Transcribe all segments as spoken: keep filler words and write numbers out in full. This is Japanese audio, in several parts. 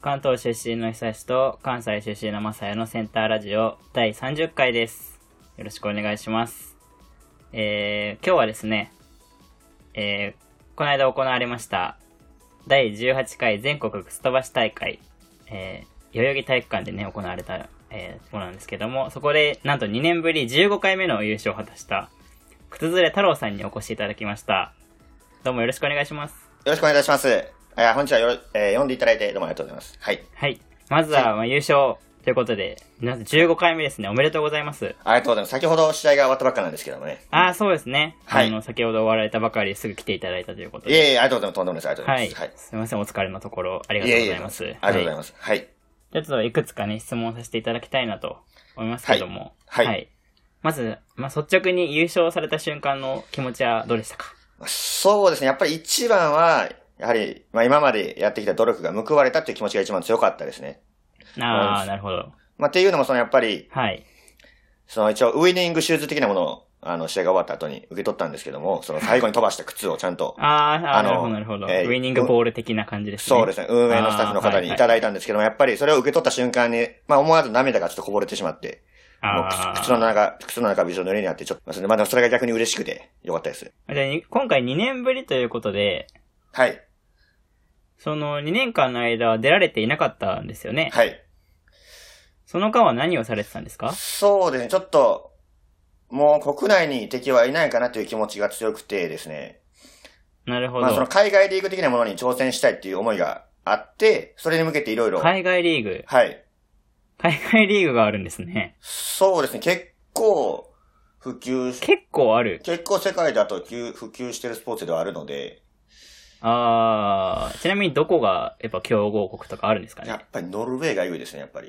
関東出身の久志と関西出身の正也のセンターラジオだいさんじゅっかいです。よろしくお願いします。えー、今日はですね、えー、この間行われましただいじゅうはちかい全国靴飛ばし大会、えー、代々木体育館でね行われた、えー、ものなんですけども、そこでなんとにねんぶりじゅうごかいめの優勝を果たした靴ずれ太郎さんにお越しいただきました。どうもよろしくお願いします。 よろしくお願いいたします。あ、本日はよろ、えー、読んでいただいてどうもありがとうございます。はい。 はい。まずは、まあ、優勝ということで、なんとじゅうごかいめですね。おめでとうございます。 ありがとうございます。先ほど試合が終わったばっかなんですけどもね。 ああ、そうですね。 はい。 あの、先ほど終わられたばかりすぐ来ていただいたということで。 いえいえ、ありがとうございます。とんでもないです。ありがとうございます。はい。はい、 すみません、お疲れのところ、ありがとうございます。いえいえ、 ありがとうございます。はい。 ちょっといくつかね、質問させていただきたいなと思いますけども。 はい。はい、はい、 まず、まあ、率直に優勝された瞬間の気持ちはどうでしたか？ そうですね。やっぱり一番は、やはり、まあ今までやってきた努力が報われたっていう気持ちが一番強かったですね。 ああ、なるほど。 まあっていうのもそのやっぱり、 はい。 その一応ウィニングシューズ的なものを、あの試合が終わった後に受け取ったんですけども、その最後に飛ばした靴をちゃんと。 ああ、なるほど、なるほど、えー。ウィニングボール的な感じですね。 そうですね。運営のスタッフの方にいただいたんですけども、やっぱりそれを受け取った瞬間に、まあ思わず涙がちょっとこぼれてしまって、もう靴の中、靴の中びしょ濡れになってちょっと、まあでもそれが逆に嬉しくてよかったです。 じゃあ今回にねんぶりということで、 はい。 そのにねんかんの間は出られていなかったんですよね。 はい。 その間は何をされてたんですか？ そうですね。ちょっと、もう国内に敵はいないかなという気持ちが強くてですね。 なるほど。 まあその海外リーグ的なものに挑戦したいっていう思いがあって、それに向けていろいろ。 海外リーグ。 はい。 海外リーグがあるんですね。 そうですね。結構普及し、 結構ある。 結構世界だと普及してるスポーツではあるので。 あー、ちなみにどこがやっぱ強豪国とかあるんですかね？ やっぱりノルウェーが良いですね、やっぱり。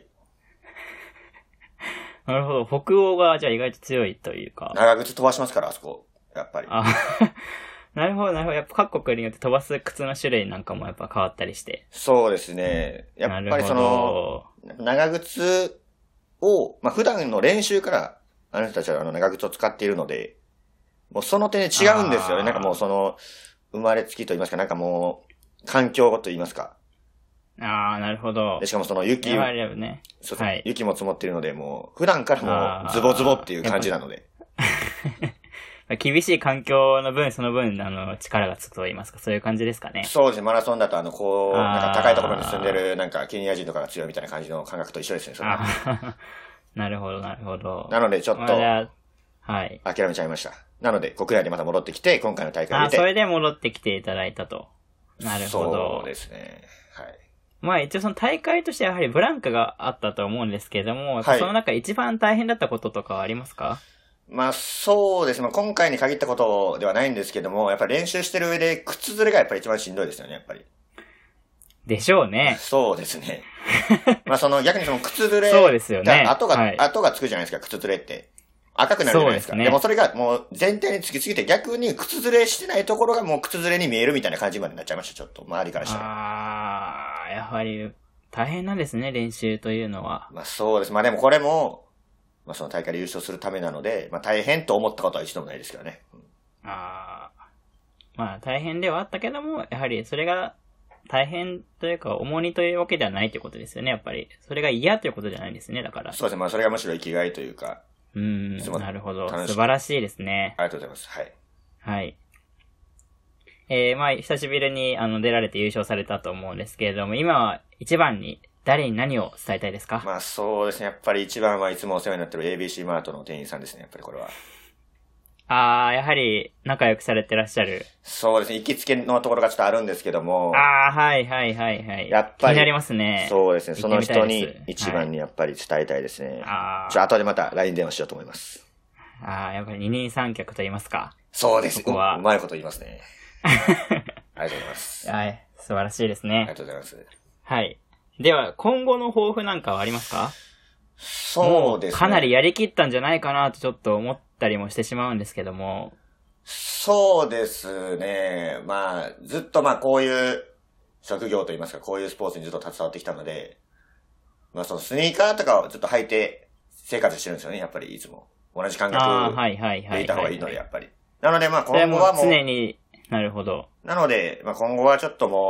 なるほど。北欧がじゃあ意外と強いというか。 長靴飛ばしますから、あそこ。やっぱり。 あなるほど、なるほど。やっぱ各国によって飛ばす靴の種類なんかもやっぱ変わったりして。 そうですね。やっぱりその、長靴を、まあ普段の練習からあの人たちはあの長靴を使っているので、もうその点で違うんですよね。なんかもうその、生まれつきと言いますか、なんかもう、環境と言いますか。 ああ、なるほど。 で、しかもその雪、 ね、 そうそう、はい、雪も積もっているので、もう、普段からもう、ズボズボっていう感じなので。 厳しい環境の分、その分、あの、力がつくと言いますか、そういう感じですかね。 そうですね、マラソンだと、あの、こう、なんか高いところに住んでる、なんか、ケニア人とかが強いみたいな感じの感覚と一緒ですね、それは。 なるほど、なるほど。 なので、ちょっと、 はい。 諦めちゃいました。なので、国内でまた戻ってきて、今回の大会に出て。 あ、それで戻ってきていただいたと。なるほど。 そうですね。はい。 まあ一応その大会としてやはりブランクがあったと思うんですけれども、はい、その中一番大変だったこととかはありますか？ まあそうですね。今回に限ったことではないんですけども、やっぱり練習してる上で靴ずれがやっぱり一番しんどいですよね、やっぱり。 でしょうね。 そうですね。まあその逆にその靴ずれ。 そうですよね。 跡が、 はい、 跡がつくじゃないですか、靴ずれって。赤くなるじゃないですか。 そうですね。 でもそれがもう全体につきすぎて逆に靴ずれしてないところがもう靴ずれに見えるみたいな感じまでなっちゃいました、ちょっと。周りからしたら。 ああ、やはり大変なんですね、練習というのは。 まあそうです。まあでもこれも、まあその大会で優勝するためなので、まあ大変と思ったことは一度もないですけどね。うん、 ああ。まあ大変ではあったけども、やはりそれが大変というか重荷というわけではないということですよね、やっぱり。それが嫌ということじゃないんですね、だから。 そうですね。まあそれがむしろ生きがいというか。 うーん、なるほど。素晴らしいですね。 ありがとうございます。はい。 はい。えー、まあ、久しぶりにあの出られて優勝されたと思うんですけれども、今は一番に誰に何を伝えたいですか？ まあそうですね。やっぱり一番はいつもお世話になっている エービーシー マートの店員さんですね、やっぱりこれは。 ああ、やはり仲良くされてらっしゃる。 そうですね。行きつけのところがちょっとあるんですけども。 ああ、はいはいはいはい。 やっぱり。 気になりますね。 そうですね。その人に一番にやっぱり伝えたいですね。はい、ああ。ちょ、後でまた ライン 電話しようと思います。 ああ、やっぱり二人三脚と言いますか。 そうです。 ここは。 う, うまいこと言いますね。ありがとうございます。 はい。素晴らしいですね。 ありがとうございます。 はい。では、今後の抱負なんかはありますか？ そうですね。 かなりやりきったんじゃないかなとちょっと思ったりもしてしまうんですけども。 そうですね。まあ、ずっとまあこういう職業といいますか、こういうスポーツにずっと携わってきたので、まあそのスニーカーとかをずっと履いて生活してるんですよね、やっぱりいつも。同じ感覚でいた方がいいので、やっぱり。なのでまあ今後はもう。 常に、なるほど。 なので、まあ今後はちょっともう、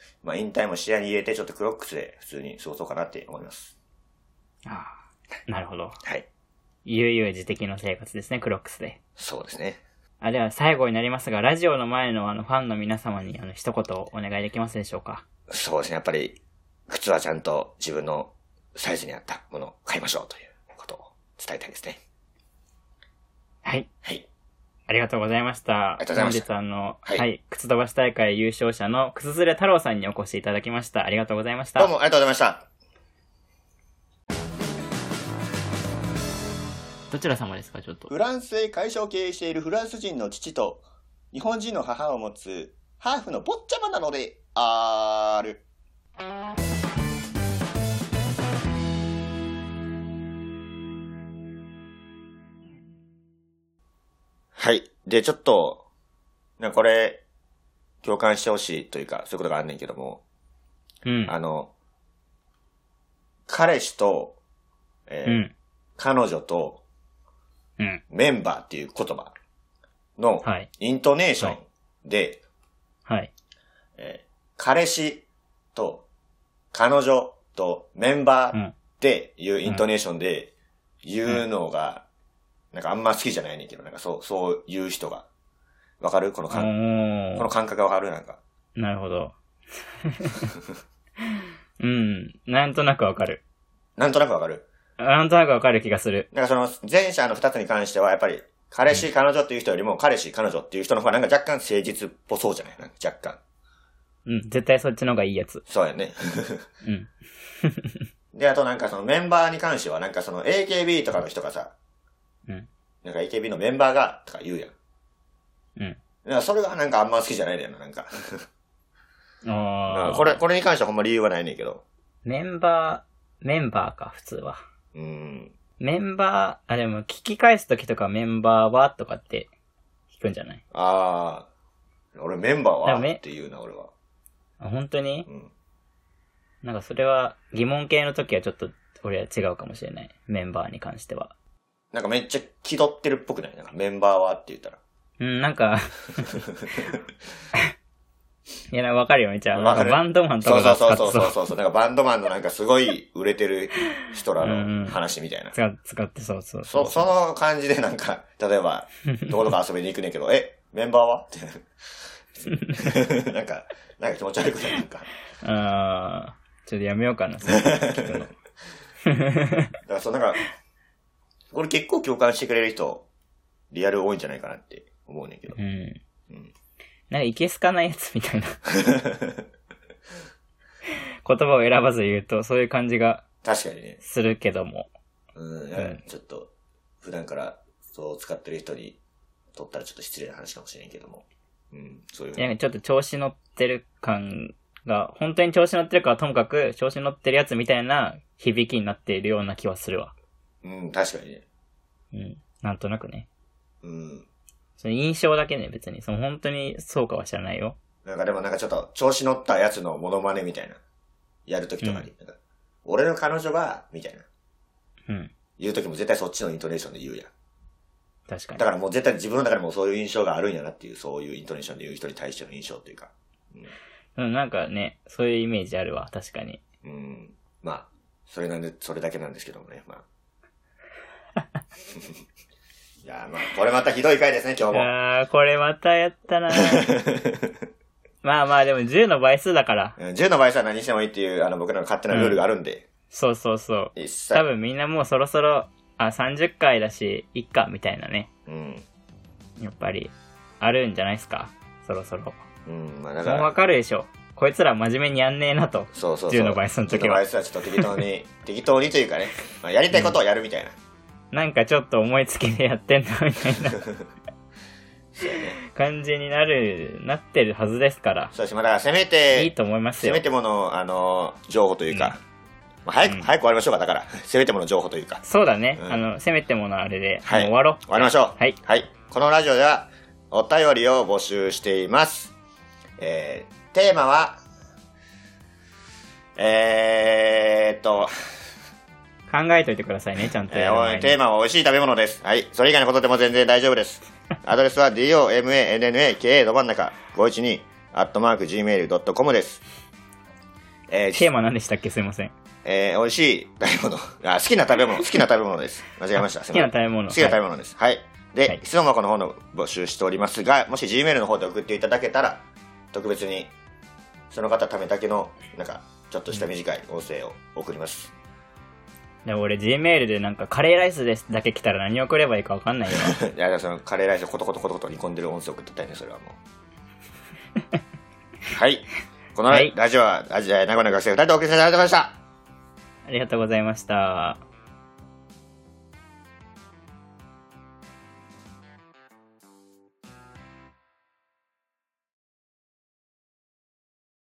まあ引退も視野に入れてちょっとクロックスで普通に過ごそうかなって思います。 ああ、なるほど。 はい。 悠々自適の生活ですね、クロックスで。 そうですね。 あ、では最後になりますが、ラジオの前のあのファンの皆様にあの一言お願いできますでしょうか。 そうですね、やっぱり靴はちゃんと自分のサイズに合ったものを買いましょうということを伝えたいですね。 はい。 はい。 ありがとうございました。 ありがとうございました。 本日あの、 はい、 はい、靴飛ばし大会優勝者の靴ずれ太郎さんにお越しいただきました。ありがとうございました。 どうもありがとうございました。 どちら様ですか、ちょっと。 フランスへ会社を経営しているフランス人の父と日本人の母を持つハーフの坊ちゃまなのであーる。はい。で、ちょっと、なこれ、共感してほしいというか、そういうことがあんねんけども、 うん。 あの、彼氏と、えーうん、彼女と、 うん、 メンバーっていう言葉の、イントネーションで、 はい。はい、 えー、彼氏と、彼女とメンバーっていうイントネーションで言うのが、なんかあんま好きじゃないねんけど、なんかそう、そういう人が。わかるこの感、この感覚がわかるなんか。 なるほど。うん。なんとなくわかる。 なんとなくわかるなんとなくわかる気がする。 なんかその前者の二つに関しては、やっぱり、彼氏、彼女っていう人よりも、彼氏、彼女っていう人の方がなんか若干誠実っぽそうじゃないなんか若干。 うん。絶対そっちの方がいいやつ。 そうやね。 うん。 で、あとなんかそのメンバーに関しては、なんかその エーケービー とかの人がさ、 うん。 なんか エーケービー のメンバーが、とか言うやん。 うん。 なんかそれがなんかあんま好きじゃないんだよな、なんか。 ああ。 これ、これに関してはほんま理由はないねんけど。 メンバー、メンバーか、普通は。 うん。 メンバー、あ、でも聞き返すときとかメンバーはとかって聞くんじゃない？ ああ。俺メンバーはって言うな、俺は。 あ、本当に？ うん。 なんかそれは疑問系のときはちょっと俺は違うかもしれない。メンバーに関しては。 なんかめっちゃ気取ってるっぽくない？なんかメンバーはって言ったら。 うん、なんか、いや、わかるよ、めちゃ。なんかバンドマンとかが使ってそう。 そうそうそうそう。なんかバンドマンのなんかすごい売れてる人らの話みたいな。 使、使ってそうそうそう。そ、その感じでなんか、例えば、どこどこ遊びに行くねんけど、え、メンバーはって。なんか、なんか気持ち悪くないなんか。 あー、ちょっとやめようかな、そう聞くの。 だからそう、なんか、これ結構共感してくれる人、リアル多いんじゃないかなって思うねんけど。 うん。 うん。 なんかいけすかないやつみたいな。言葉を選ばず言うと、そういう感じが。 確かにね。 するけども。 うん、うん、ちょっと、普段からそう使ってる人にとったらちょっと失礼な話かもしれんけども。うん、そういう。 いや、ちょっと調子乗ってる感が、本当に調子乗ってるかはともかく、調子乗ってるやつみたいな響きになっているような気はするわ。 うん、確かにね。 うん、なんとなくね。 うん。 その印象だけね、別に。その本当にそうかは知らないよ。 なんかでもなんかちょっと調子乗ったやつのモノマネみたいな。やるときとかに。うん、なんか俺の彼女は、みたいな。 うん。 言うときも絶対そっちのイントネーションで言うやん。 確かに。 だからもう絶対自分の中でもそういう印象があるんやなっていう、そういうイントネーションで言う人に対しての印象っていうか。 うん。なんかね、そういうイメージあるわ、確かに。 うん。まあ、それなんで、それだけなんですけどもね、まあ。いやまあ、これまたひどい回ですね、今日も。 ああ、これまたやったなまあまあ、でもじゅうの倍数だから。 じゅうの倍数は何してもいいっていう、あの、僕らの勝手なルールがあるんで。うん、 そうそうそう。多分みんなもうそろそろ、あ、さんじゅっかいだし、いっか、みたいなね。 うん。 やっぱり、あるんじゃないですか、そろそろ。 うん、まあだから。 もうわかるでしょ。こいつら真面目にやんねえなと。 そうそうそう。 じゅうの倍数の時は。 じゅうの倍数はちょっと適当に、適当にというかね、まあ、やりたいことをやるみたいな。うんなんかちょっと思いつきでやってんのみたいな感じになる、なってるはずですから。 そうです。まあだからせめて、 いいと思いますよ。 せめてもの、あの、情報というか、うんまあ、早く、うん、早く終わりましょうか、だから。せめてもの情報というか。 そうだね。うん、あの、せめてものあれで、 はい、 もう終わろう。 終わりましょう。 はい。 はい。このラジオでは、お便りを募集しています。えー、テーマは、えーっと、 考えといてくださいね、ちゃんとやる前に。 えー、テーマは美味しい食べ物です。はい。それ以外のことでも全然大丈夫です。アドレスは ドマンナカ ごひゃくじゅうに アットマーク ジーメール ドットコム です。 えー、 テーマ何でしたっけ？すいません。 えー、美味しい食べ物。あ、好きな食べ物、好きな食べ物です。間違えました。 好きな食べ物。 好きな食べ物です。はい。はい、で、 はい、 質問箱の方の募集しておりますが、もし Gmail の方で送っていただけたら、特別に、その方ためだけの、なんか、ちょっとした短い音声を送ります。 うん、でも俺 Gmail でなんか、カレーライスですだけ来たら何送ればいいか分かんないよ。 いや、そのカレーライスをコトコトコトコト煮込んでる音声送ってたいね、それはもう。はい。このラジオは、はい、名古屋の学生ふたりとお送りさせていただきました。 ありがとうございました。